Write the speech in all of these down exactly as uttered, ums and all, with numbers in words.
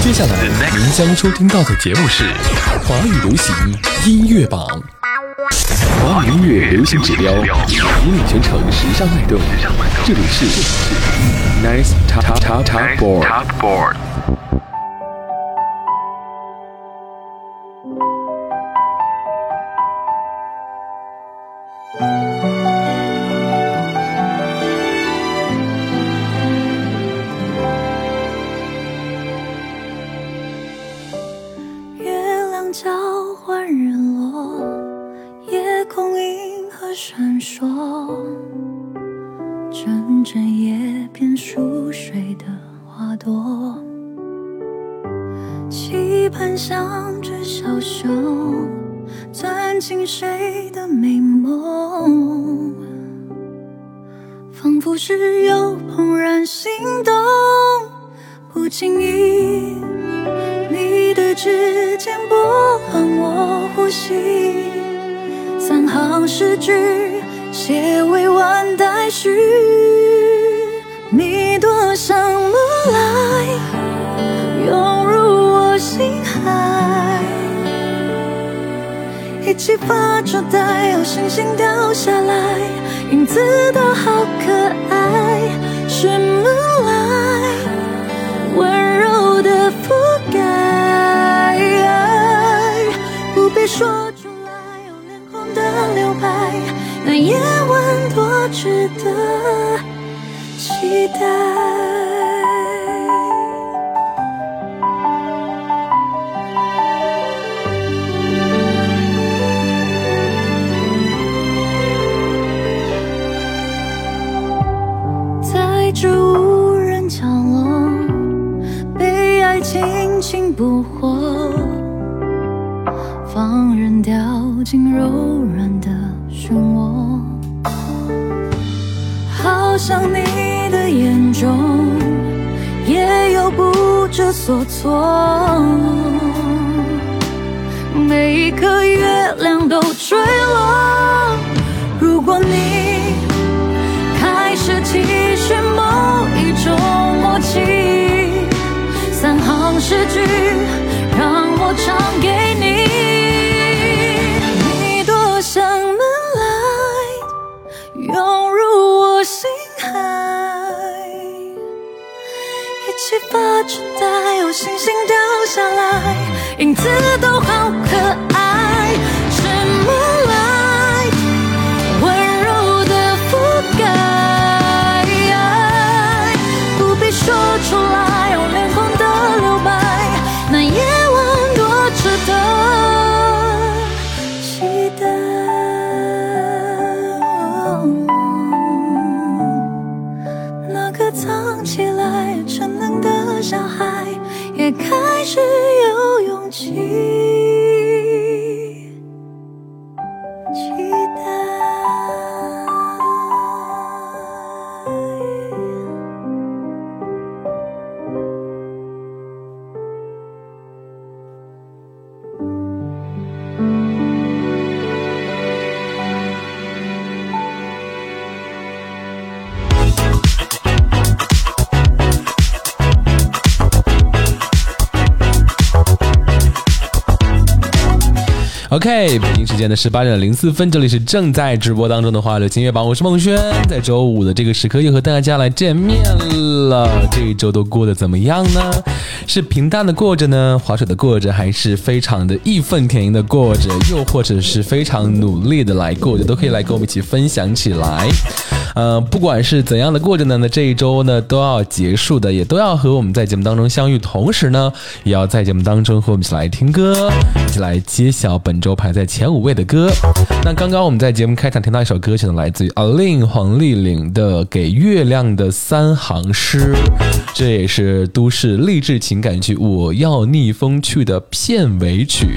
接下来您将收听到的节目是华语流行音乐榜。华语音乐流行指标引领全城时尚脉动，这里是 Nice Top Top Top Board。 月亮交换日落，夜空银河闪烁，阵阵叶片熟睡的花朵，期盼像只小熊钻进谁的美梦，仿佛是有怦然心动，不经意你的指尖拨乱我呼吸，三行诗句写未完待续，你多像Moonlight涌入我心海，一起发出带有星星掉下来，影子都好可爱，是Moonlight温柔的覆盖，不必说出来有脸红的留白，那夜晚多值得期待。在这无人角落，被爱轻轻捕获，放任掉进柔软的漩涡，好像你的眼中也有不知所措，每一颗月亮都坠落，如果你开始体恤某一种默契，三行诗句让我唱给你，你多像Moonlight涌入我心海，一起发出带有星星掉下来，影子都好可爱，是Moonlight温柔的覆盖，不必说出来有脸红的留白，那夜晚多值得期待，那个藏起来沉沦的小孩也开始有勇气期待。 OK， 北京时间的十八点零四分，这里是正在直播当中的华流音乐榜，我是孟轩，在周五的这个时刻又和大家来见面了。这一周都过得怎么样呢？是平淡的过着呢，划水的过着，还是非常的义愤填膺的过着，又或者是非常努力的来过着，都可以来跟我们一起分享起来。呃，不管是怎样的过着呢，那这一周呢都要结束的，也都要和我们在节目当中相遇，同时呢，也要在节目当中和我们一起来听歌，一起来揭晓本周排在前五位的歌。那刚刚我们在节目开场听到一首歌曲呢，来自于 Alin 黄丽玲的《给月亮的三行诗》，这也是都市励志情感剧《我要逆风去》的片尾曲，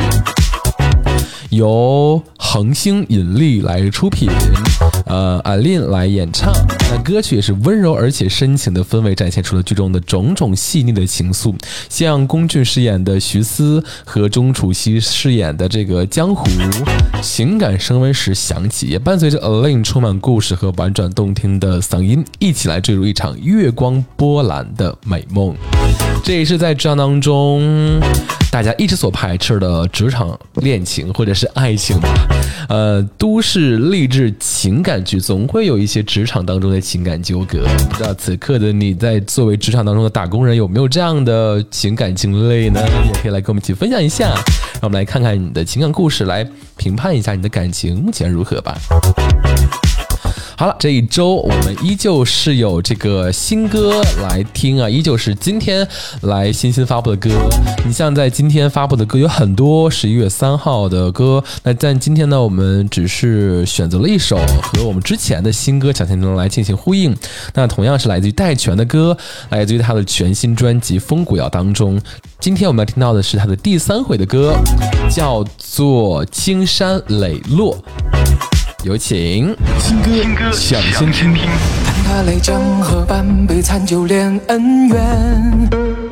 由恒星引力来出品，呃 Alin 来演唱。 那歌曲也是温柔而且深情的氛围，展现出了剧中的种种细腻的情愫，像龚俊饰演的徐思和钟楚曦饰演的这个江湖，情感升温时响起，也伴随着 Elaine 充满故事和婉转动听的嗓音，一起来坠入一场月光波澜的美梦。这也是在职场当中大家一直所排斥的职场恋情或者是爱情吧。呃，都市励志情感剧总会有一些职场当中的情感纠葛，不知道此刻的你在作为职场当中的打工人有没有这样的情感经历呢？也可以来跟我们一起分享一下，让我们来看看你的情感故事，来评判一下你的感情目前如何吧。好了，这一周我们依旧是有这个新歌来听啊，依旧是今天来新新发布的歌。你像在今天发布的歌有很多，十一月三号的歌。那在今天呢，我们只是选择了一首和我们之前的新歌《小天龙》来进行呼应。那同样是来自于戴荃的歌，来自于他的全新专辑《风骨谣》当中。今天我们要听到的是他的第三回的歌，叫做《青山磊落》。有请新歌抢先听。 看他泪江河半杯残酒恋恩怨，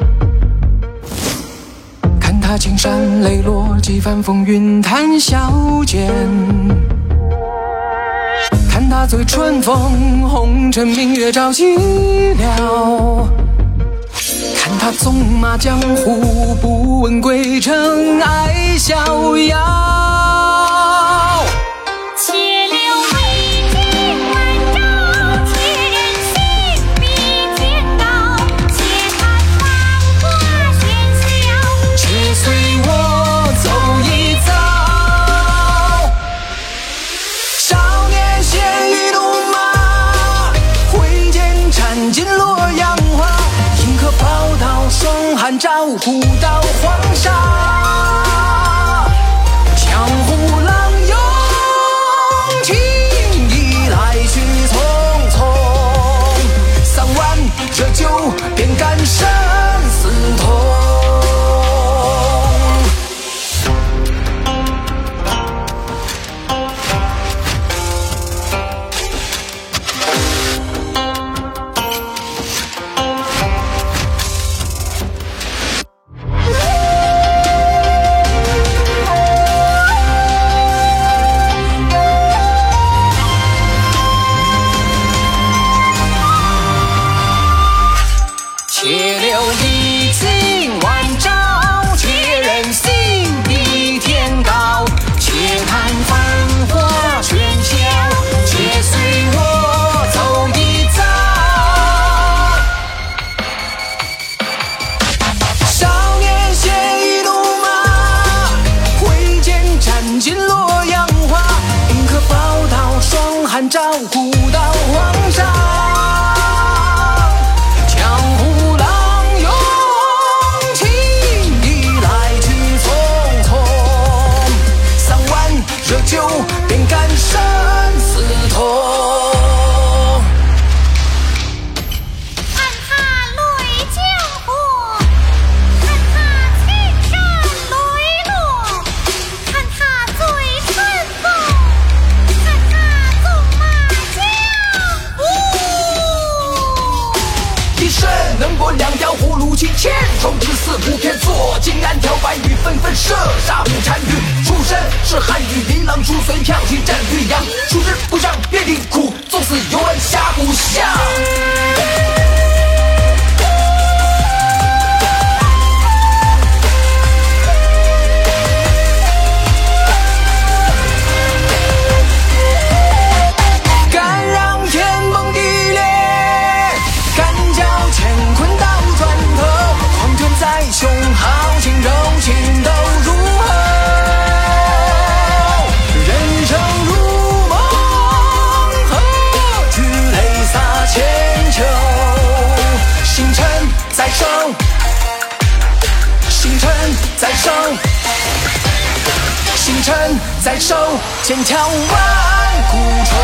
看他青山磊落几番风云谈笑间，看他醉春风红尘明月照寂寥，看他纵马江湖不问归程爱逍遥。照顾到黄沙，江湖浪涌，情意来去匆匆，三碗热酒便感生死痛。照顾到黄沙，江湖浪涌，情意来去匆匆，三碗热酒便感生死痛。千手之四不偏左，金鞍条白羽纷纷射，杀不单于出身是汉语，琳琅出随飘起战绿杨，出师不上遍地苦，纵死犹安下不下。星辰在手，千条万古愁。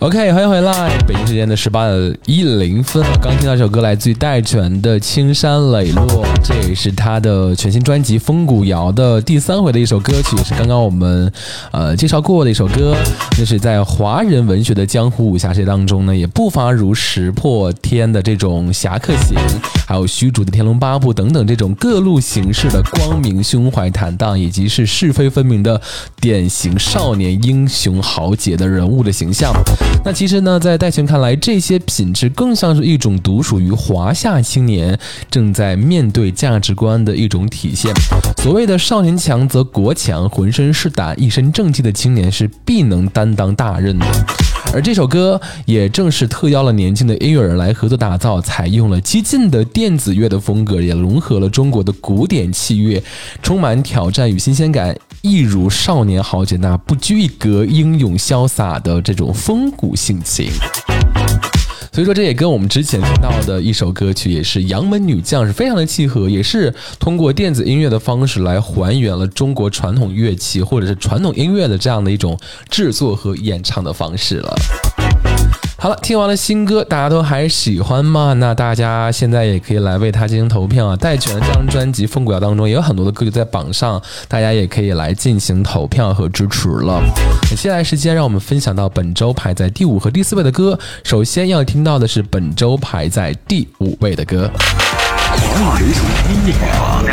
OK， 欢迎回来，北京时间的十八点一零分。刚听到这首歌来自于戴荃的《青山磊落》，这也是他的全新专辑《风古谣》的第三回的一首歌曲，也是刚刚我们呃介绍过的一首歌。那是在华人文学的江湖武侠世界当中呢，也不乏如石破天的这种侠客行，还有虚竹的《天龙八部》等等这种各路形式的光明胸怀坦荡，以及是是非分明的典型少年英雄豪杰的人物的形象。那其实呢，在戴荃看来，这些品质更像是一种独属于华夏青年正在面对价值观的一种体现。所谓的少年强则国强，浑身是胆一身正气的青年是必能担当大任的。而这首歌也正是特邀了年轻的音乐人来合作打造，采用了激进的电子乐的风格，也融合了中国的古典器乐，充满挑战与新鲜感，一如少年豪杰那不拘一格、英勇潇洒的这种风骨性情。所以说这也跟我们之前听到的一首歌曲也是杨门女将是非常的契合，也是通过电子音乐的方式来还原了中国传统乐器或者是传统音乐的这样的一种制作和演唱的方式了。好了，听完了新歌，大家都还喜欢吗？那大家现在也可以来为他进行投票啊！戴荃的这张专辑《风古谣》当中也有很多的歌曲在榜上，大家也可以来进行投票和支持了。接下来时间让我们分享到本周排在第五和第四位的歌。首先要听到的是本周排在第五位的歌。华语流行音乐榜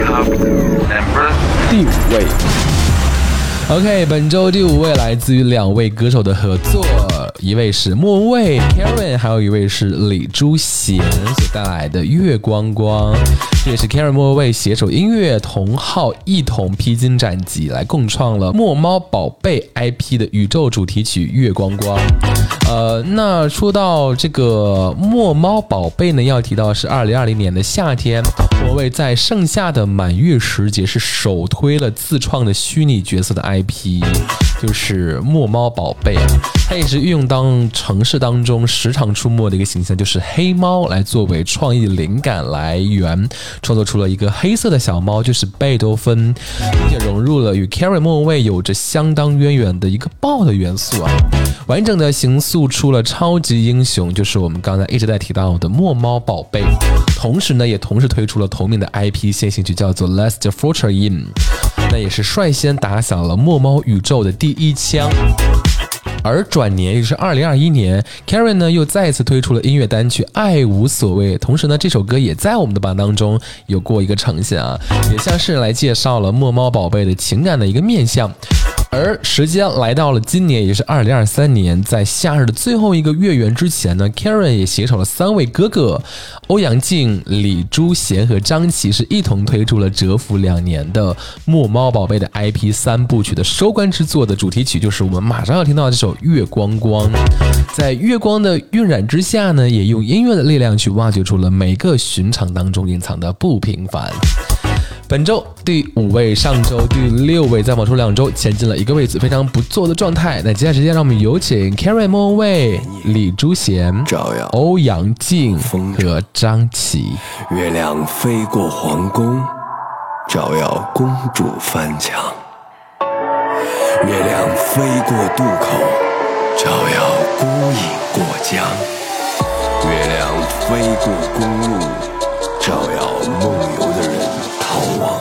第五位。OK， 本周第五位来自于两位歌手的合作，一位是莫文蔚 Karen， 还有一位是李珠贤所带来的《月光光》。这也是 Karen 莫文蔚携手音乐同号一同披荆斩棘，来共创了墨猫宝贝 I P 的宇宙主题曲《月光光》。呃，那说到这个墨猫宝贝呢，要提到是二零二零年的夏天，莫文蔚在盛夏的满月时节是首推了自创的虚拟角色的 I P， 就是墨猫宝贝啊。它也是运用当城市当中时常出没的一个形象，就是黑猫，来作为创意灵感来源，创作出了一个黑色的小猫，就是贝多芬，并且融入了与 Karen 莫文蔚有着相当渊源的一个豹的元素啊，完整的形塑出了超级英雄，就是我们刚才一直在提到的墨猫宝贝。同时呢，也同时推出了同名的 I P 先行曲，叫做 Let's the Future In， 那也是率先打响了墨猫宇宙的第一枪。而转年，也就是二零二一年 Karen 呢又再次推出了音乐单曲《爱无所谓》，同时呢这首歌也在我们的榜当中有过一个呈现啊，也像是来介绍了墨猫宝贝的情感的一个面向。而时间来到了今年，也就是二零二三年，在夏日的最后一个月圆之前呢 Karen 也携手了三位哥哥欧阳靖、李珠贤和张琪，是一同推出了蛰伏两年的墨猫宝贝的 I P 三部曲的收官之作的主题曲，就是我们马上要听到的这首《月光光》。在月光的晕染之下呢，也用音乐的力量去挖掘出了每个寻常当中隐藏的不平凡。本周第五位，上周第六位，再往出两周前进了一个位置，非常不错的状态。那接下来时间让我们有请 Karen 莫文蔚、李珠贤、欧阳靖和张琪。 月亮飞过皇宫，照耀公主翻墙；月亮飞过渡口，照耀孤影过江；月亮飞过公路，照耀梦游的人逃亡。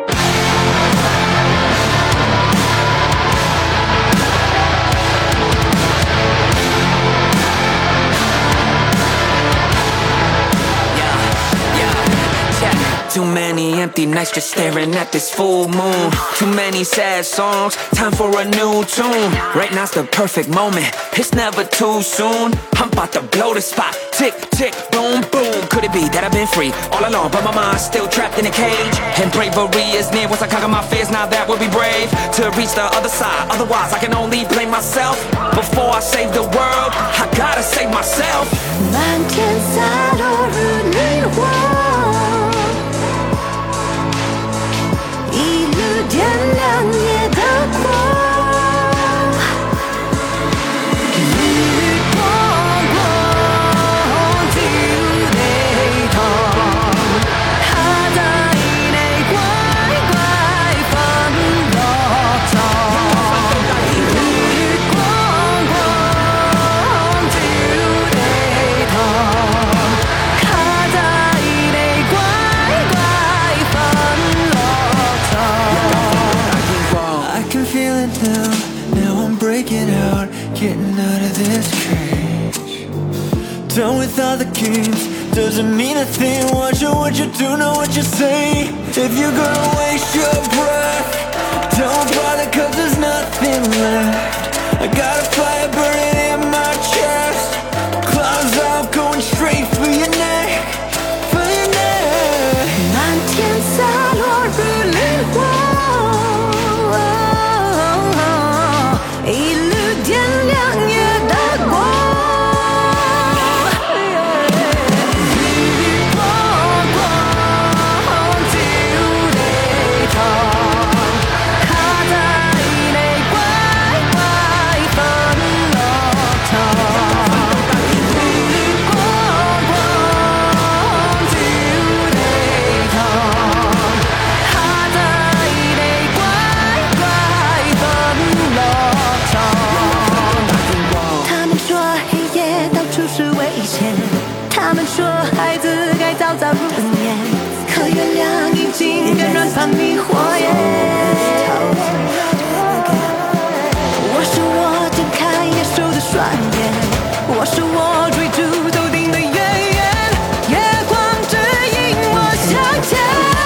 Too many empty nights just staring at this full moon. Too many sad songs, time for a new tune. Right now's the perfect moment, it's never too soon. I'm about to blow the spot, tick, tick, boom, boom. Could it be that I've been free all along, but my mind's still trapped in a cage? And bravery is near once I conquer my fears, now that would be brave. To reach the other side, otherwise I can only blame myself. Before I save the world, I gotta save myself. 满天洒落日霓虹，一路点亮夜的光。 keys. Doesn't mean a thing. Watch out what you do, know what you say. If you're gonna waste your breath, don't bother cause there's nothing left. I got a fire burning in my chest. Claws out going straight for your neck, for your neck. 满天洒落日莲花，一缕点亮夜的光。他们说孩子该早早入眠，可月亮已经跟软盘迷火焰。我是我睁开野兽的双眼，我是我追逐头顶的远远，月光指引我向前。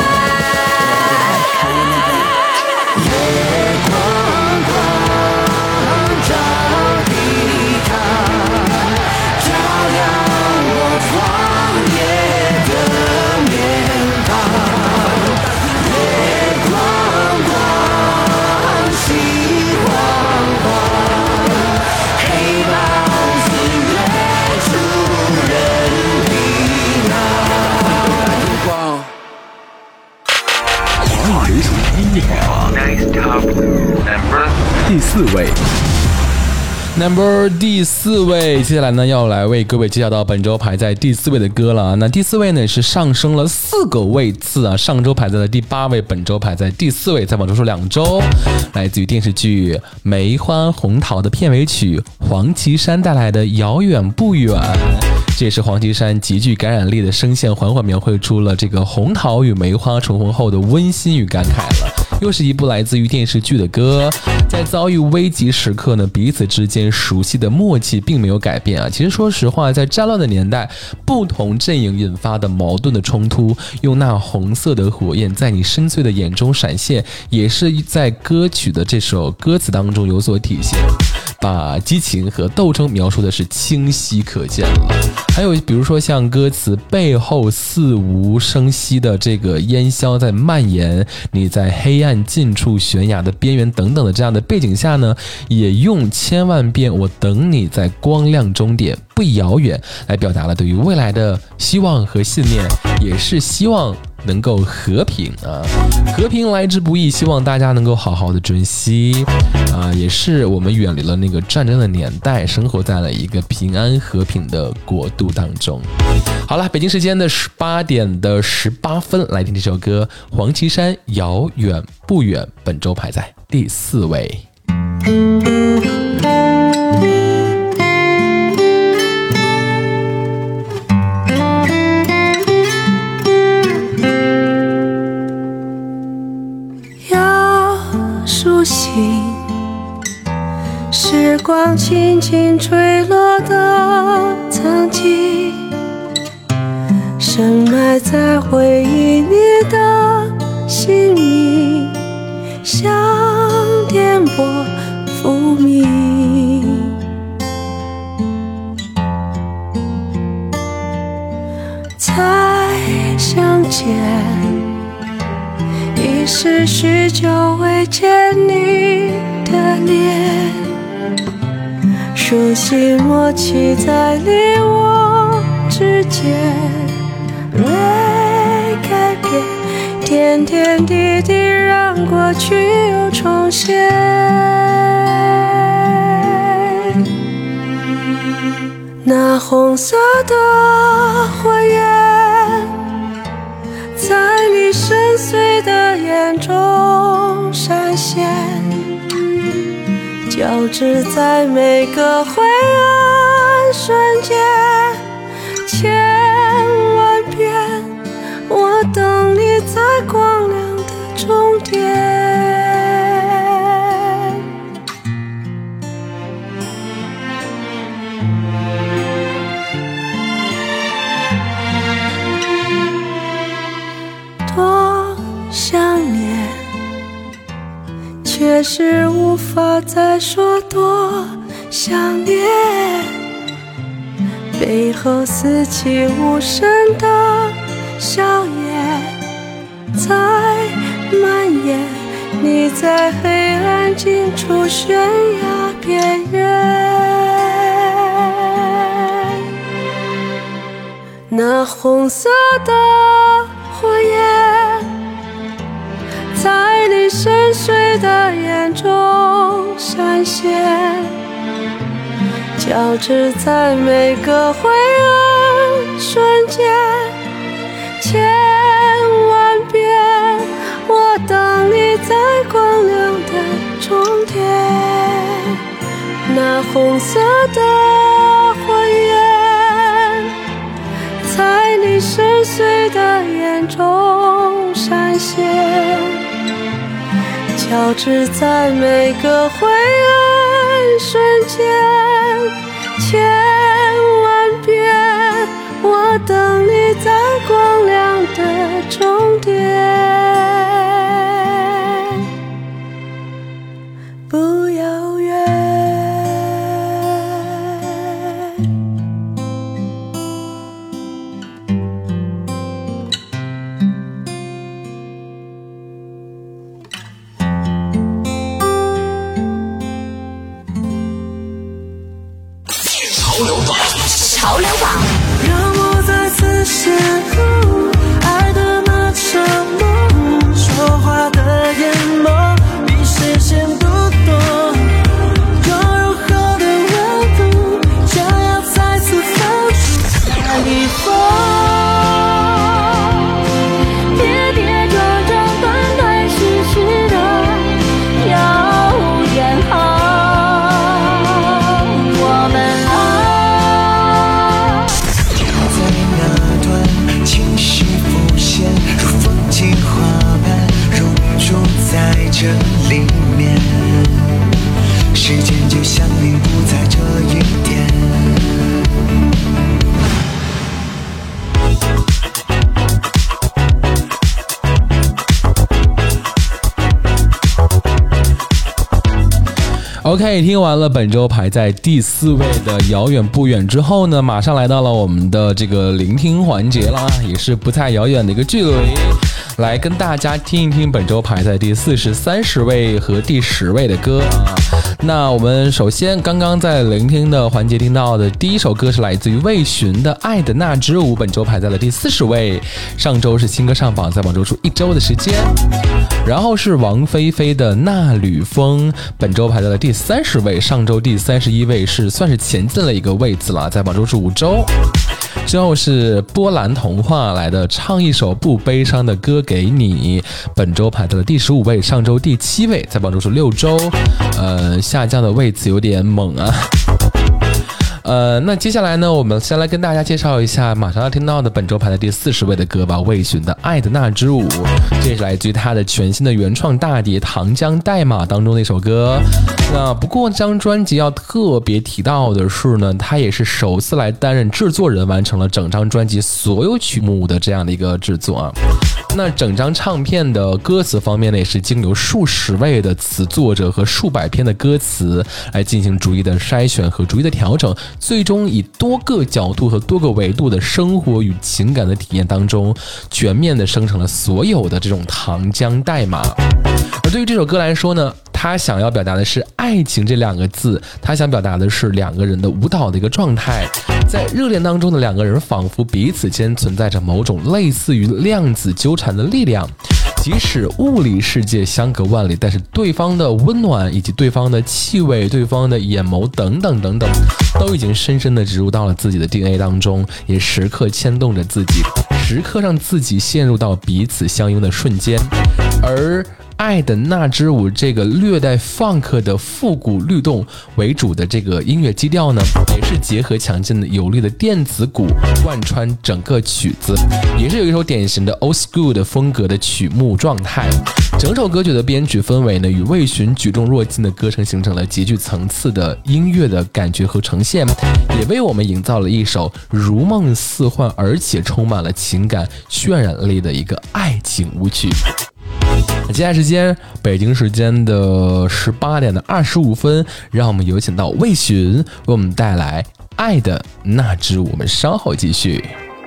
月光光照地毯，照亮荒野的面庞，月光光，心慌慌，黑豹子跃出人皮囊。 华语流行音乐第四位。 Number 第四位，接下来呢要来为各位介绍到本周排在第四位的歌了。那第四位呢是上升了四个位次啊，上周排在了第八位，本周排在第四位，再往周数两周，来自于电视剧《梅花红桃》的片尾曲黄绮珊带来的《遥远不远》。这也是黄绮珊极具感染力的声线，缓缓描绘出了这个红桃与梅花重逢后的温馨与感慨了。又是一部来自于电视剧的歌，在遭遇危急时刻呢，彼此之间熟悉的默契并没有改变啊。其实说实话，在战乱的年代，不同阵营引发的矛盾的冲突，用那红色的火焰在你深邃的眼中闪现，也是在歌曲的这首歌词当中有所体现。把激情和斗争描述的是清晰可见了。还有比如说像歌词背后似无声息的这个烟消在蔓延，你在黑暗近处悬崖的边缘等等的这样的背景下呢，也用千万遍我等你在光亮终点不遥远来表达了对于未来的希望和信念，也是希望能够和平啊，和平来之不易，希望大家能够好好的珍惜啊，也是我们远离了那个战争的年代，生活在了一个平安和平的国度当中。好了，北京时间的十八点的十八分，来听这首歌，黄绮珊《遥远不远》，本周排在第四位。 苏醒，时光轻轻吹落的曾经，深埋在回忆里的姓名，像颠簸浮名。再相见，已是许久未见你的脸，熟悉默契在你我之间，没改变，点点滴滴让过去又重现。那红色的火焰在你深邃的眼中闪现，交织在每个灰暗瞬间，千万遍我等你在光亮的终点。 可是无法再说多想念，背后四起无声的笑颜在蔓延，你在黑暗尽处悬崖边缘。那红色的火焰在你深邃的眼中闪现，交织在每个灰暗瞬间，千万遍我等你在光亮的终点。那红色的火焰在你深邃的眼中闪现，交织在每个灰暗瞬间，千万遍我等你在光亮的终点，不遥远。 潮流榜， 让我再次邂逅爱的那场梦，说话的眼眸比视线都多，有柔和的温度将要再次放出在一风，跌跌撞撞断断续续的遥远航，我们这里面，时间就像凝固在这一点。 OK， 听完了本周排在第四位的《遥远不远》之后呢，马上来到了我们的这个聆听环节啦，也是不太遥远的一个距离。来跟大家听一听本周排在第四十三十位和第十位的歌啊。那我们首先刚刚在聆听的环节听到的第一首歌是来自于魏巡的《爱的那支舞》，本周排在了第四十位。上周是新歌上榜，在榜周出一周的时间。然后是王菲菲的《那缕风》，本周排在了第三十位，上周第三十一位，是算是前进了一个位子了，在榜周是五周。之后是波兰童话来的唱一首不悲伤的歌给你，本周排到了第十五位，上周第七位，在榜中是六周，呃，下降的位次有点猛啊。呃，那接下来呢，我们先来跟大家介绍一下马上要听到的本周排在第四十位的歌吧，魏巡的《爱的那支舞》，这也是来自于他的全新的原创大碟《糖浆代码》当中的一首歌。那不过这张专辑要特别提到的是呢，他也是首次来担任制作人，完成了整张专辑所有曲目的这样的一个制作啊。那整张唱片的歌词方面呢，也是经由数十位的词作者和数百篇的歌词来进行逐一的筛选和逐一的调整，最终以多个角度和多个维度的生活与情感的体验当中，全面的生成了所有的这种糖浆代码。而对于这首歌来说呢，他想要表达的是爱情这两个字，他想表达的是两个人的舞蹈的一个状态，在热恋当中的两个人仿佛彼此间存在着某种类似于量子纠缠的力量，即使物理世界相隔万里，但是对方的温暖以及对方的气味、对方的眼眸等等等等，都已经深深的植入到了自己的 D N A 当中，也时刻牵动着自己，时刻让自己陷入到彼此相拥的瞬间。而爱的那支舞这个略带 funk 的复古律动为主的这个音乐基调呢，也是结合强劲的有力的电子鼓贯穿整个曲子，也是有一首典型的 old school 的风格的曲目状态。整首歌曲的编曲氛围呢，与魏巡举重若轻的歌声形成了极具层次的音乐的感觉和呈现，也为我们营造了一首如梦似幻而且充满了情感渲染力的一个爱情舞曲。 接下来时间，北京时间的十八点的二十五分，让我们有请到魏巡为我们带来《爱的那支舞》，我们稍后继续。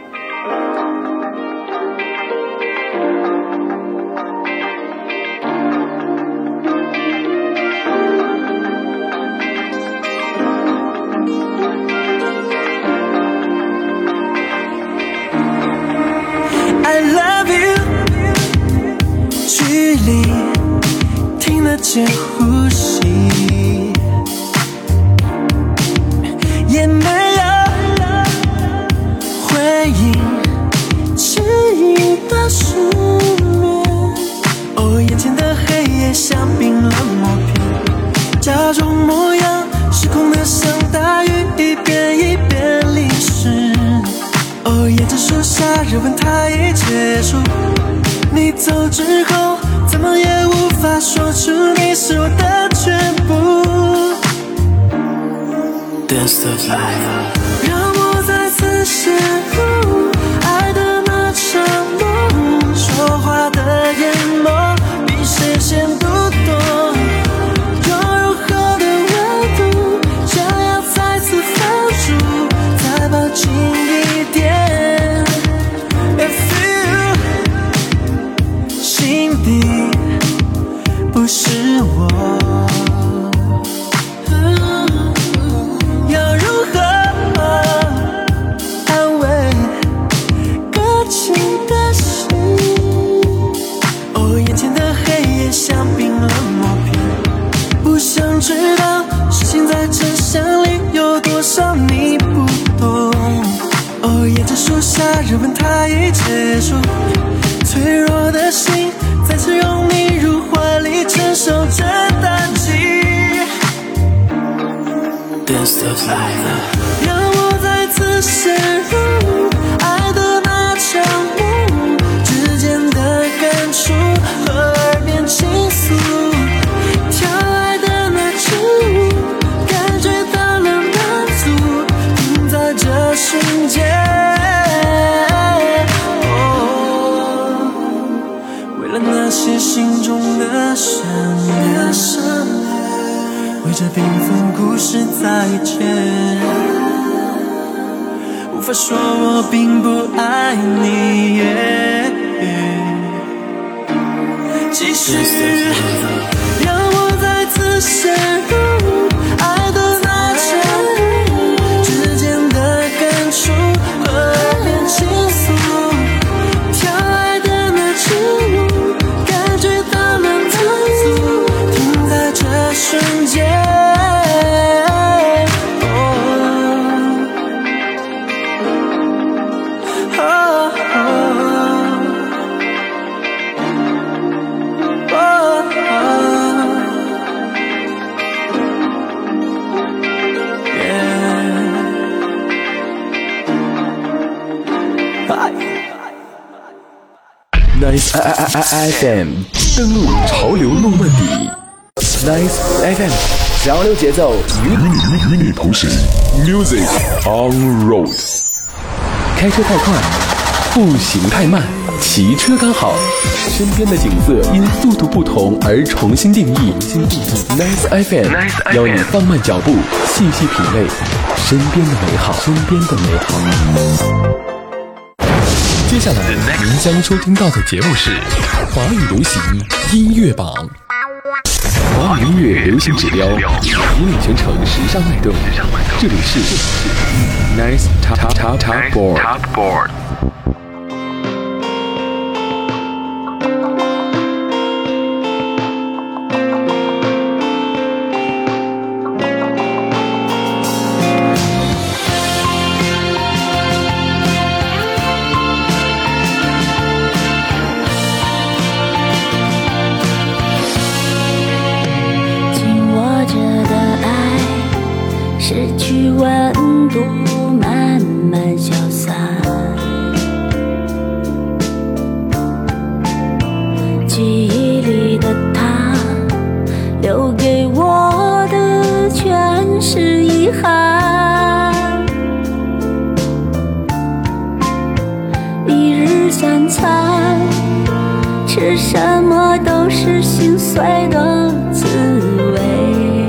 I love you， 距离听得见呼吸，也没有回应，迟疑的失眠。哦，眼前的黑夜像冰冷默片，假装模样失控的像大雨，一遍一遍淋湿。哦，沿着树下热吻它已结束，你走之后怎么也无法说出你是我的全部。 Dance the life， 让我再次陷入爱的那场梦，说话的眼眸比视线都多，有柔和的温度，想要再次放逐，再抱紧一点。If you 心底不是我，要如何安慰搁浅的心？哦，眼前的黑夜像冰冷默片，不想知道事情在真相里有多少你不懂。哦，沿着树下热吻它已结束，脆弱的心再次拥你入怀里，承受着打击。Dance the life， 让我再次陷入爱的那场梦，指尖的感触和耳边倾诉，跳爱的那支舞，感觉到了满足，停在这瞬间。哦，为了那些心中的伤痕，为这缤纷故事再见，无法说我并不爱你。继续，让我再次陷入爱的那场梦，指尖的感触和耳边倾诉，跳爱的那支舞，感觉到了满足，停在这瞬间。 Nice F M 登陆潮流诺曼底 ，Nice F M 潮流节奏与你与你同行 ，Music on Road。开车太快，步行太慢，骑车刚好，身边的景色因速度不同而重新定义。Nice F M 邀你放慢脚步，细细品味身边的美好，身边的美好。接下来您将收听到的节目是华语流行音乐榜，华语音乐流行指标，引领全城时尚脉动。这里是 Nice Top Top Top Board。 失去温度，慢慢消散。记忆里的他，留给我的全是遗憾。一日三餐，吃什么都是碎的滋味。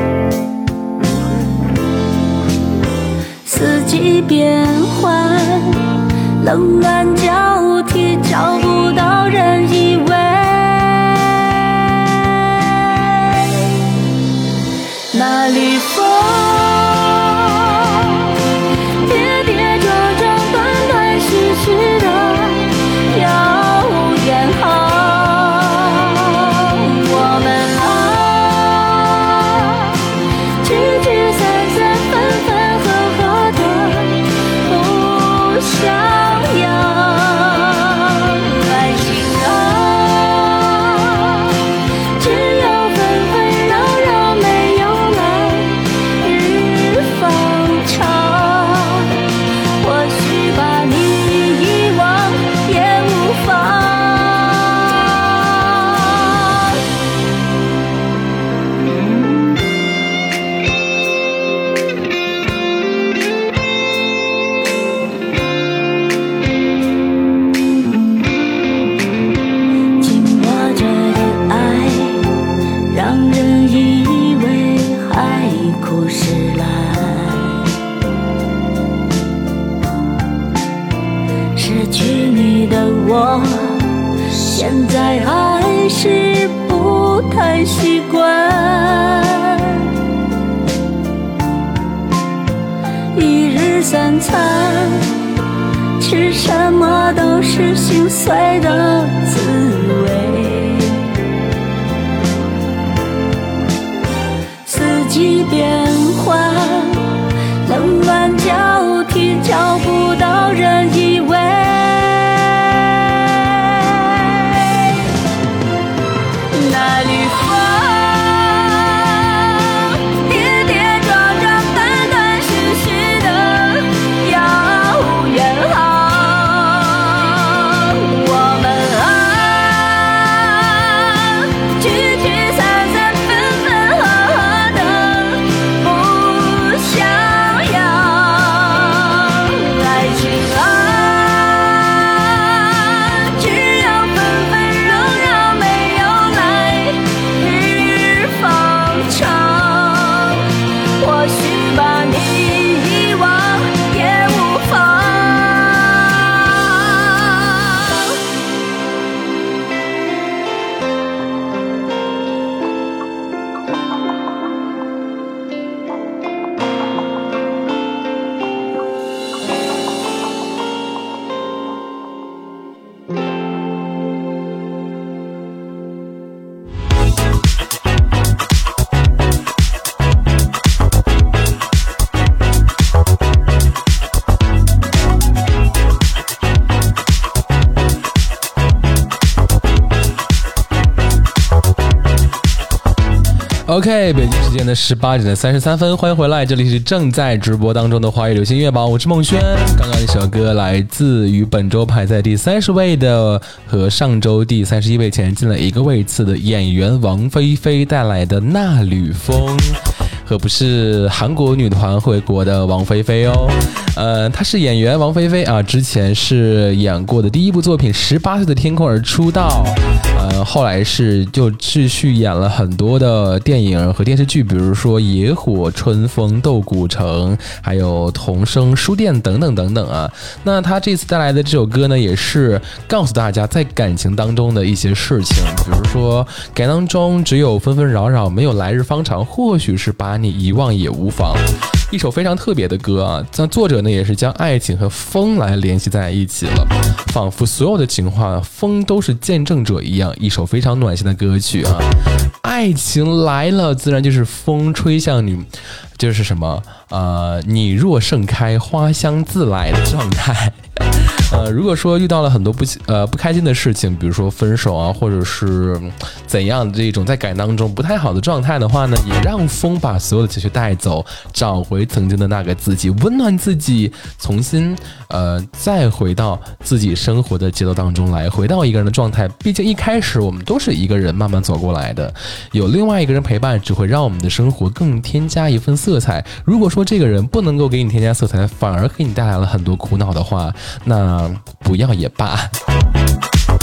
四季变换，冷暖交替，找不到人依偎。那里风跌跌撞撞，断断续续的遥远航，我们啊，聚聚散散，分分合合的不相养。爱情啊，只有分分扰扰，没有来日方长。或许把你遗忘也无妨。紧握着的爱，让人以为海枯石烂。失去你的我，现在还是不太习惯。一日三餐，吃什么都是心碎的滋味。四季变换，冷暖交替，找不到人依偎。那里风跌跌撞撞，断断续续的遥远航，我们啊，聚聚散散，分分合合的不相养。爱情啊，只有分分扰扰，没有来日方长。或许把你遗忘也无妨。 OK， 北京时间的十八点的三十三分，欢迎回来，这里是正在直播当中的华语流行音乐榜，我是孟轩。刚刚一首歌来自于本周排在第三十位的，和上周第三十一位前进了一个位次的演员王菲菲带来的《那缕风》。可不是韩国女团回国的王菲菲哦，呃，她是演员王菲菲啊，之前是演过的第一部作品《十八岁的天空》而出道，呃，后来是就继续演了很多的电影和电视剧，比如说《野火》《春风》《斗古城》，还有《童声书店》等等等等啊。那她这次带来的这首歌呢，也是告诉大家在感情当中的一些事情，比如说感当中只有纷纷扰扰，没有来日方长，或许是把你遗忘也无妨。一首非常特别的歌啊，那作者呢也是将爱情和风来联系在一起了，仿佛所有的情话风都是见证者一样，一首非常暖心的歌曲啊。爱情来了，自然就是风吹向你，就是什么呃，你若盛开，花香自来的状态。呃，如果说遇到了很多不呃不开心的事情，比如说分手啊，或者是怎样的这种在感情当中不太好的状态的话呢，也让风把所有的情绪带走，找回曾经的那个自己，温暖自己，重新呃再回到自己生活的节奏当中来，回到一个人的状态。毕竟一开始我们都是一个人慢慢走过来的，有另外一个人陪伴，只会让我们的生活更添加一份色彩。如果说这个人不能够给你添加色彩，反而给你带来了很多苦恼的话，那不要也罢。好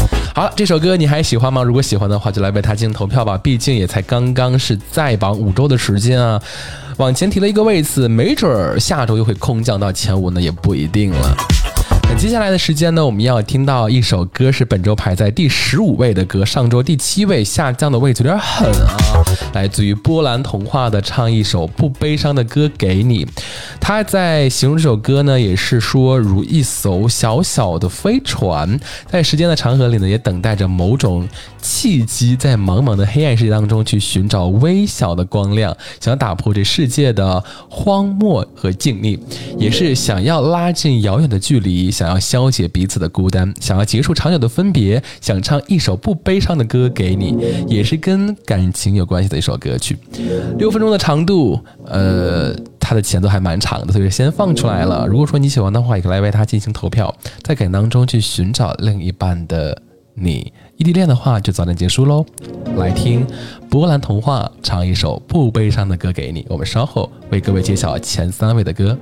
好了，这首歌你还喜欢吗？如果喜欢的话，就来为它进行投票吧。毕竟也才刚刚是在榜五周的时间啊，往前提了一个位次，没准下周又会空降到前五呢，也不一定了。那接下来的时间呢，我们要听到一首歌，是本周排在第十五位的歌，上周第七位下降的位置有点狠啊，来自于波澜童话的唱一首不悲伤的歌给你。他在形容这首歌呢，也是说如一艘小小的飞船，在时间的长河里呢，也等待着某种契机，在茫茫的黑暗世界当中去寻找微小的光亮，想打破这世界的荒漠和静谧，也是想要拉近遥远的距离，想要消解彼此的孤单，想要结束长久的分别，想唱一首不悲伤的歌给你，也是跟感情有关系的一首歌曲。六分钟的长度，呃，它的前奏还蛮长的，所以先放出来了。如果说你喜欢的话，也可以来为它进行投票，在感情当中去寻找另一半的你。异地恋的话，就早点结束喽。来听波澜童话唱一首不悲伤的歌给你，我们稍后为各位揭晓前三位的歌。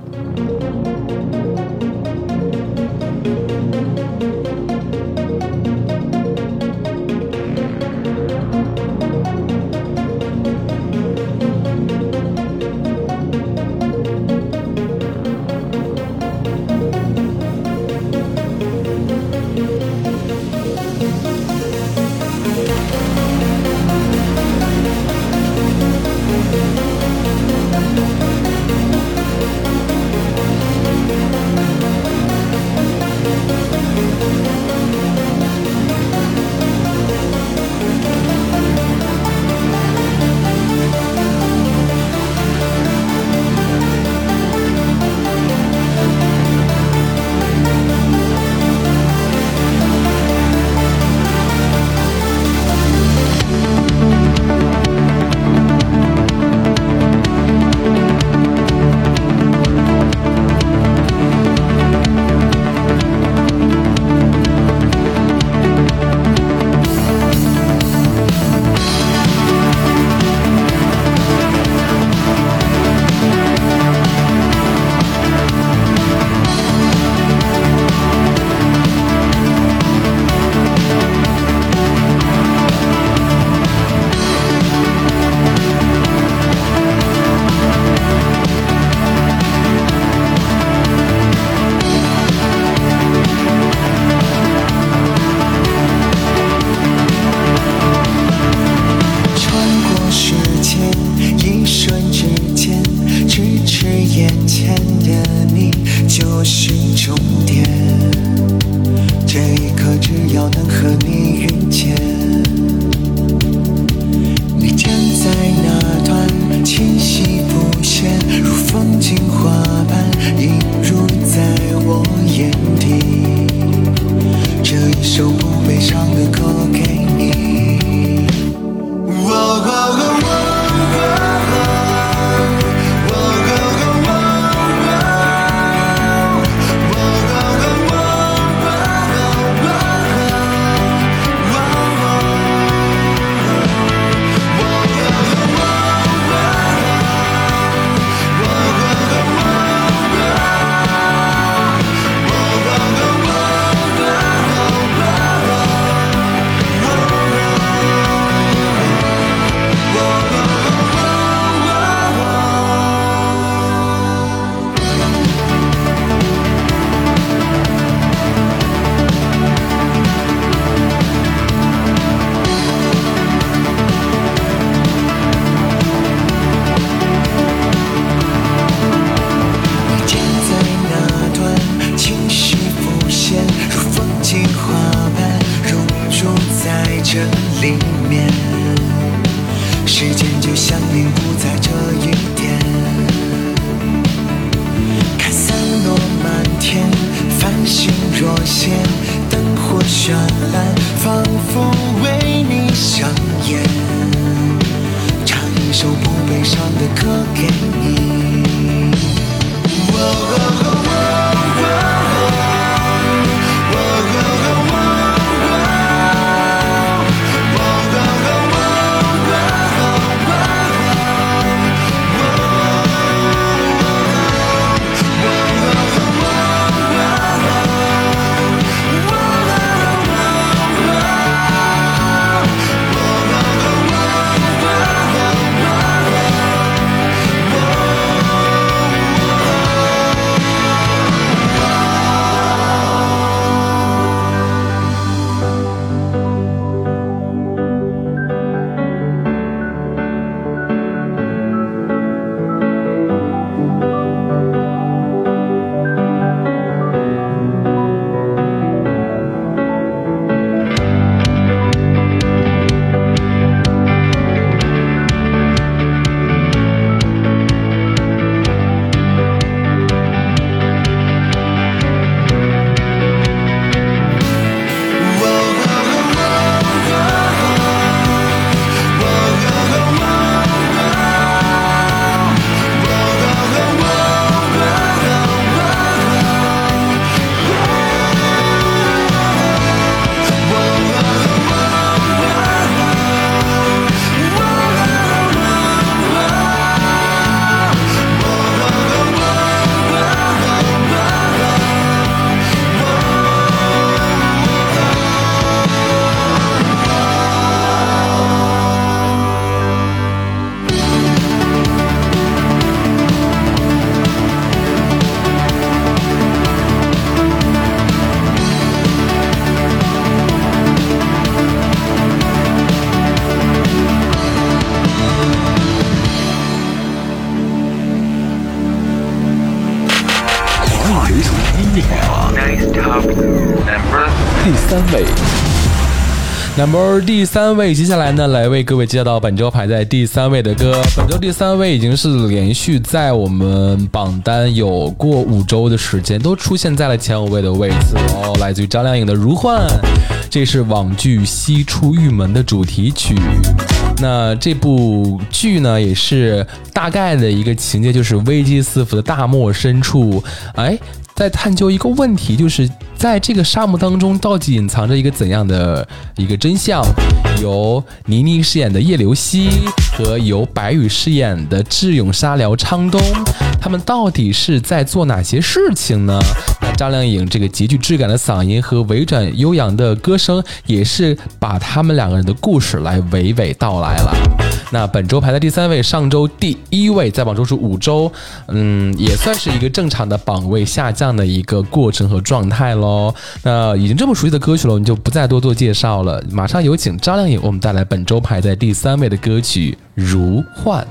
那么第三位，接下来呢，来为各位介绍到本周排在第三位的歌。本周第三位已经是连续在我们榜单有过五周的时间，都出现在了前五位的位置哦。来自于张靓颖的《如幻》，这是网剧《西出玉门》的主题曲。那这部剧呢，也是大概的一个情节，就是危机四伏的大漠深处，哎，在探究一个问题，就是在这个沙漠当中到底隐藏着一个怎样的一个真相。由倪妮饰演的叶刘希和由白宇饰演的智勇沙辽昌东，他们到底是在做哪些事情呢？那张靓颖这个极具质感的嗓音和委转悠扬的歌声，也是把他们两个人的故事来娓娓道来了。那本周排在第三位，上周第一位，在榜周是五周，嗯，也算是一个正常的榜位下降的一个过程和状态咯。那已经这么熟悉的歌曲了，我们就不再多做介绍了，马上有请张靓颖为我们带来本周排在第三位的歌曲《如幻》。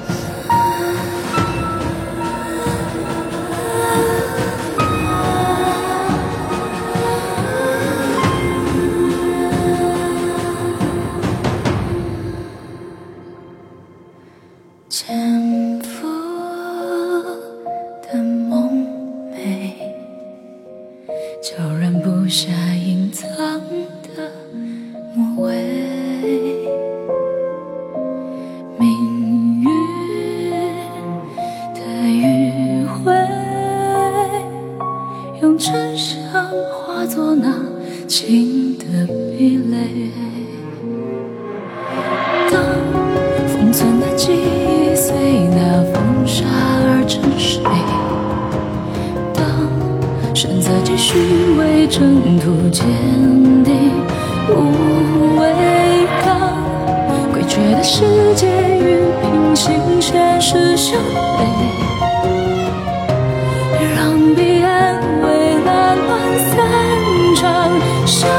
潜伏的梦寐，悄然布下隐藏的魔尾，命运的迂回，用沉香化作那情的壁垒。当封存的记忆随那风沙而沉睡，当选择继续为征途坚定无畏，当诡谲的世界与平行现实相悖，让彼岸蔚蓝乱散场相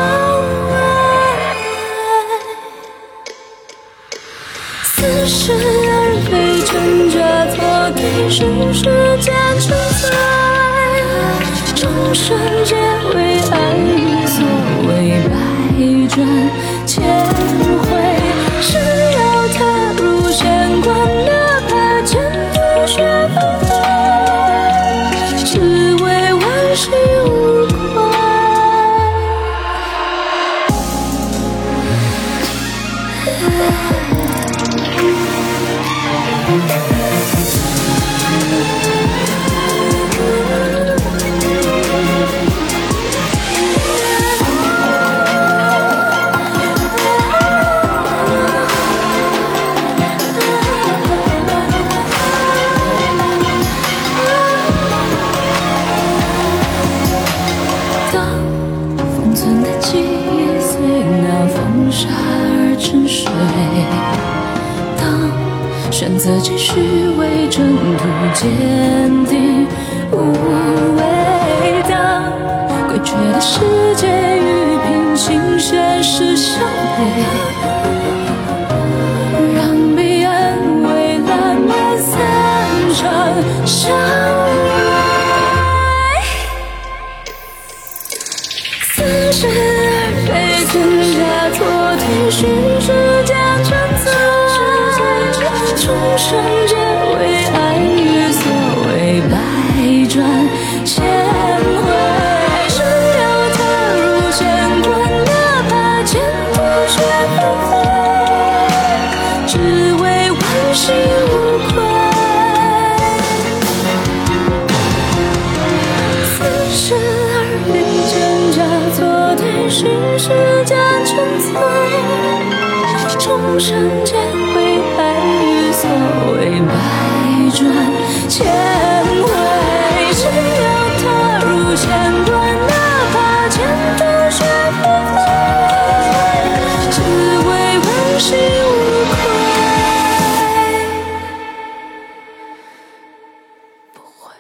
似是而非，挣扎错对，是时间存在，众生皆为爱与所谓百转千回，是要踏入玄关，哪怕前途雪纷飞，只为万事无愧。选择继续为征途坚定无畏，当诡谲的世界与平行现实相悖，让彼岸蔚蓝漫散场相爱，似是而非，挣扎错退，是时间存在，众生皆为爱与所谓百转千回，是要踏入乾坤，哪怕前途雪纷飞，只为万事无愧。似是而非，挣扎错对，是时间存在，众生皆为爱与所谓百转千回，是要踏入乾坤，哪怕前途雪纷飞，只为万事无愧。不会。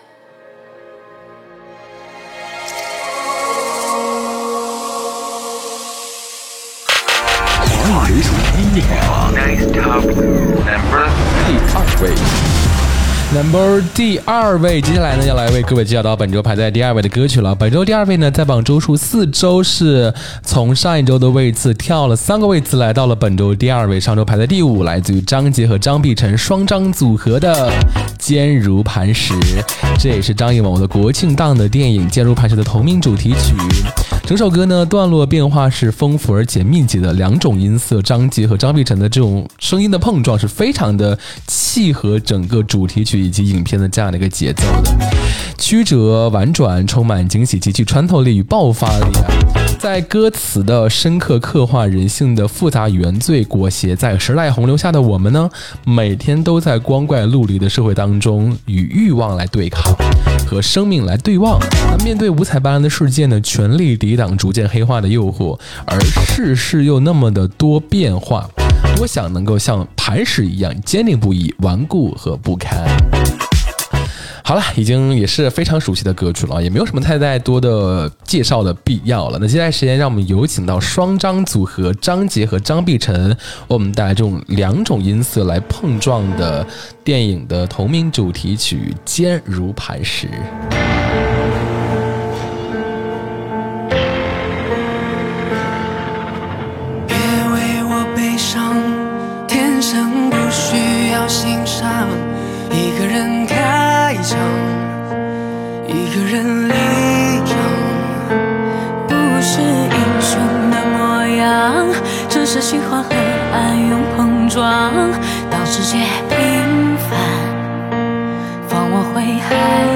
华语流行音乐榜第二位。 Number 第二位，接下来呢要来为各位介绍到本周排在第二位的歌曲了。本周第二位呢，在榜周数四周是从上一周的位次跳了三个位次，来到了本周第二位。上周排在第五，来自于张杰和张碧晨双张组合的《坚如磐石》，这也是张艺谋的国庆档的电影《坚如磐石》的同名主题曲。整首歌呢，段落变化是丰富而且密集的，两种音色，张杰和张碧晨的这种声音的碰撞是非常的契合整个主题曲以及影片的这样的一个节奏的，曲折婉转，充满惊喜，极具穿透力与爆发力啊！在歌词的深刻刻画人性的复杂原罪裹挟在时代洪流下的我们呢，每天都在光怪陆离的社会当中与欲望来对抗，和生命来对望。那面对五彩斑斓的世界呢，全力抵挡逐渐黑化的诱惑，而世事又那么的多变化，多想能够像磐石一样坚定不移、顽固和不堪。好了，已经也是非常熟悉的歌曲了，也没有什么太太多的介绍的必要了。那接下来时间，让我们有请到双张组合张杰和张碧晨，为我们带来这种两种音色来碰撞的电影的同名主题曲《坚如磐石》。 别为我悲伤，天生不需要欣赏，一个人开场，一个人离场， 不是英雄的模样，只是喜欢和暗涌碰撞，到世界平凡，放我回海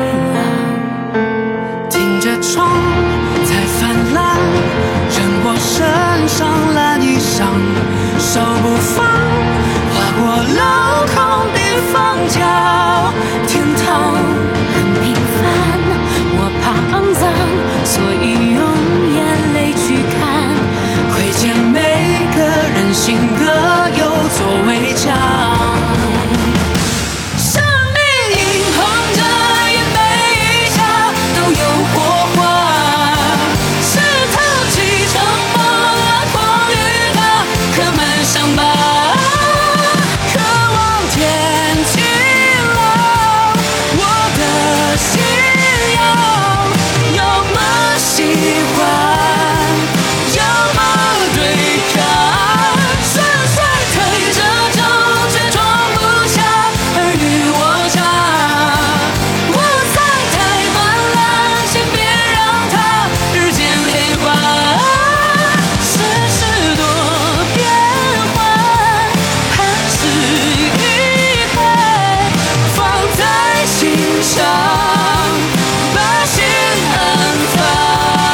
洋， 听着窗在泛滥，任我身上蓝衣裳，手不放，划过镂空的方角，天堂很平凡，我怕肮脏，所以用眼泪去看， 窥见每个人性各有所围墙。生命映红着眼，每一下都有火花，是透起承梦啊，风雨它刻满伤疤，渴望天晴了，我的信仰，要么喜欢，要么对抗，顺水推着走，却装不下尔虞我诈，五彩太泛滥，先别让它日渐黑化，世事多变幻，磐石一块放在心上，把心安放。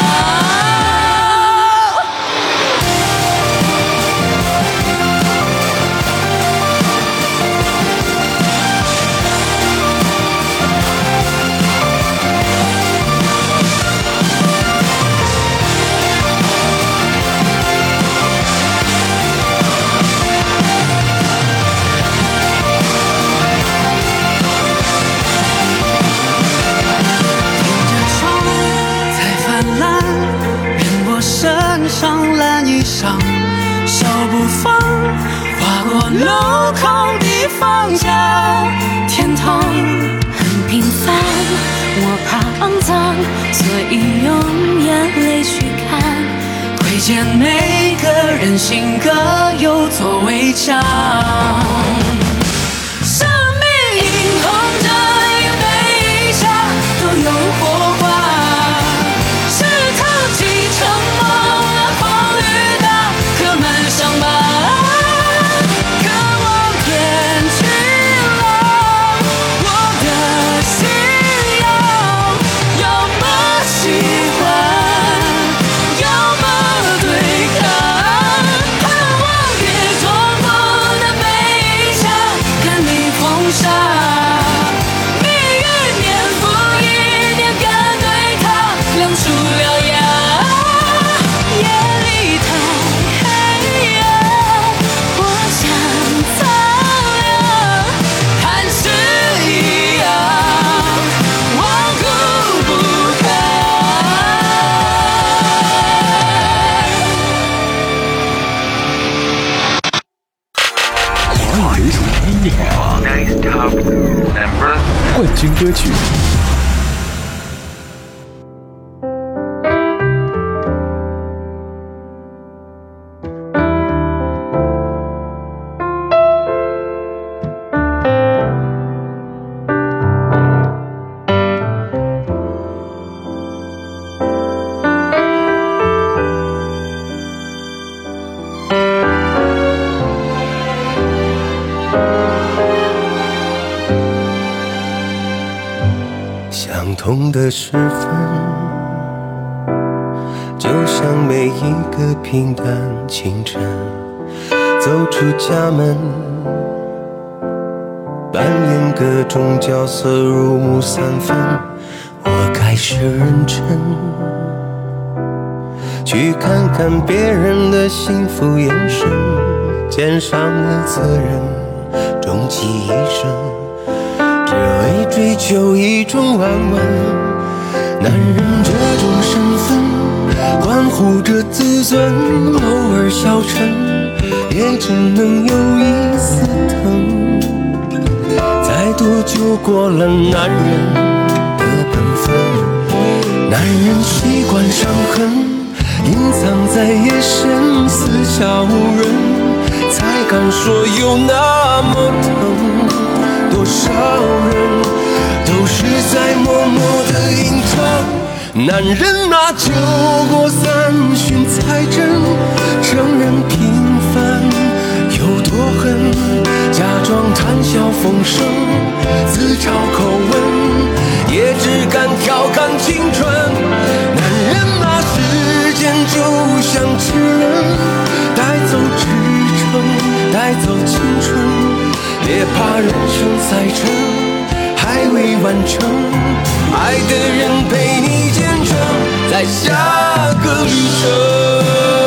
在泛滥，任我身上蓝衣裳，手不放，划过镂空的方角，天堂很平凡，我怕肮脏，所以用眼泪去看， 窥见每个人性各有所围墙。生命映红着眼，每一下都有火花，是透起承梦啊，风雨它刻满伤疤，渴望天晴了，我的信仰，要么喜欢，要么对抗，盼望越壮阔的每一听歌曲。 相同的时分，就像每一个平淡清晨，走出家门，扮演各种角色，入木三分。我开始认真，去看看别人的幸福眼神，肩上的责任，终其一生。只为追求一种安稳，男人这种身份，关乎着自尊，偶尔消沉，也只能有一丝疼。才多久过了男人的本分，男人习惯伤痕，隐藏在夜深，四下无人，才敢说有那么疼。多少人都是在默默地隐藏，男人啊，酒过三巡才真，承认平凡有多狠，假装谈笑风生，自嘲口吻，也只敢调侃青春。男人啊，时间就像齿轮，带走支撑，带走青春，别怕人生赛程还未完成，爱的人陪你见证，在下个旅程。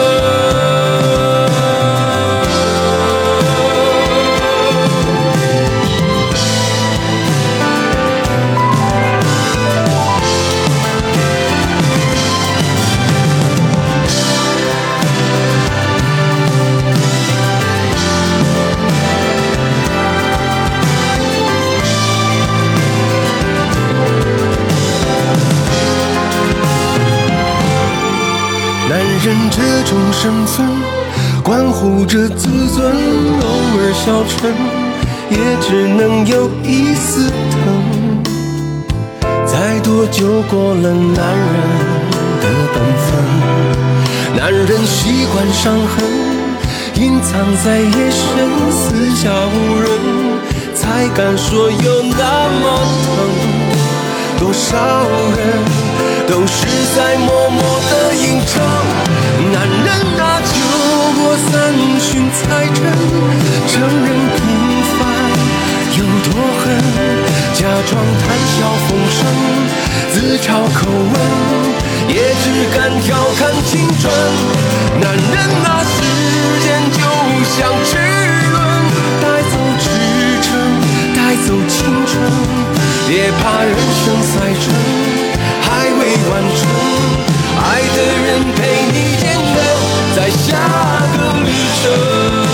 男人这种身份，关乎着自尊，偶尔消沉，也只能有一丝疼。再多久过了男人的本分，男人习惯伤痕，隐藏在夜深，四下无人，才敢说有那么疼。多少人都是在默默地隐藏，男人啊，酒过三巡才真，承认平凡有多狠，假装谈笑风生，自嘲口吻，也只敢调侃青春。男人啊，时间就像齿轮，带走支撑，带走青春，别怕人生赛程还未完成，爱的人陪你见证，在下个旅程。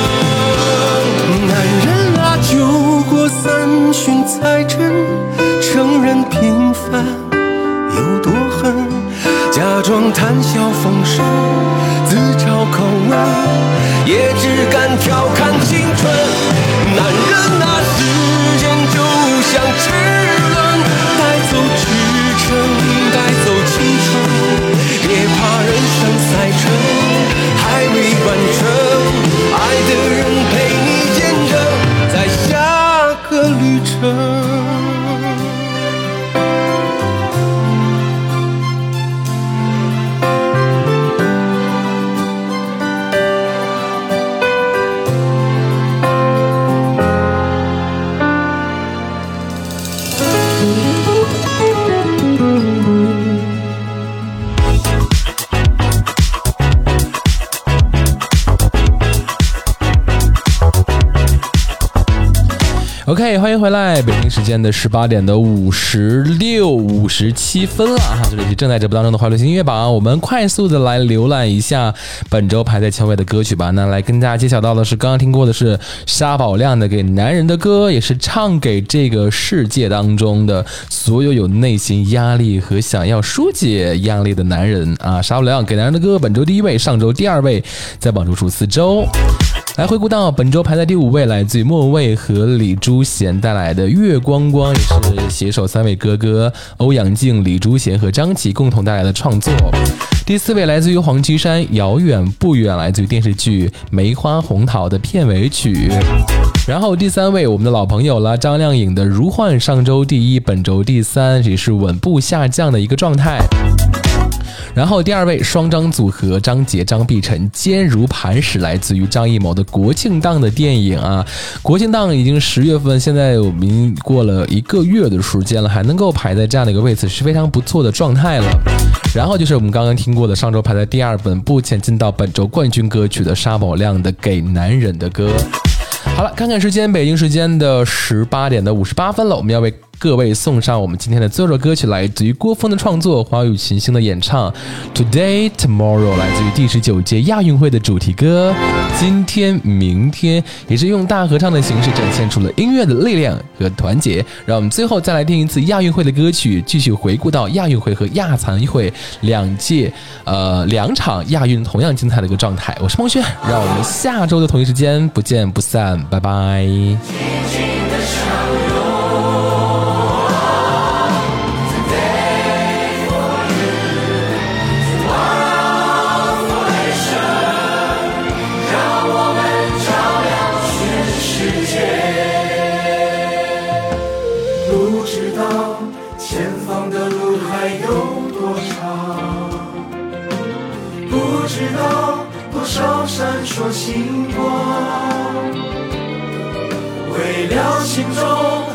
男人啊，酒过三巡才真，承认平凡有多狠，假装谈笑风生，自嘲口吻，也只敢调侃青春。男人啊，时间就像齿轮，带走支撑，带走青春，别怕人生赛程还未完成，爱的人陪你见证，在下个旅程。 OK， 欢迎回来，北京时间的十八点的五十六、五十七分了哈，这里是正在直播当中的华流行音乐榜，我们快速的来浏览一下本周排在前位的歌曲吧。那来跟大家揭晓到的是，刚刚听过的是沙宝亮的《给男人的歌》，也是唱给这个世界当中的所有有内心压力和想要疏解压力的男人啊。沙宝亮《给男人的歌》本周第一位，上周第二位，在榜出处四周。来回顾到本周排在第五位，来自于莫文蔚和李珠贤带来的《月光光》，也是携手三位哥哥欧阳靖、李珠贤和张琪共同带来的创作。第四位来自于黄绮珊，《遥远不远》，来自于电视剧《梅花红桃》的片尾曲。然后第三位，我们的老朋友了，张靓颖的《如幻》，上周第一，本周第三，也是稳步下降的一个状态。然后第二位，双张组合张杰、张碧晨，坚如磐石，来自于张艺谋的国庆档的电影啊。国庆档已经十月份，现在我们过了一个月的时间了，还能够排在这样的一个位置，是非常不错的状态了。然后就是我们刚刚听过的，上周排在第二，本步前进到本周冠军歌曲的沙宝亮的《给男人的歌》。好了，看看时间，北京时间的十八点的五十八分了，我们要为各位送上我们今天的最后歌曲，来自于郭峰的创作，华语群星的演唱 Today Tomorrow， 来自于第十九届亚运会的主题歌今天明天，也是用大合唱的形式展现出了音乐的力量和团结。让我们最后再来听一次亚运会的歌曲，继续回顾到亚运会和亚残会两届呃两场亚运同样精彩的一个状态。我是孟轩，让我们下周的同一时间不见不散，拜拜。 不知道多少闪烁星光，为了心中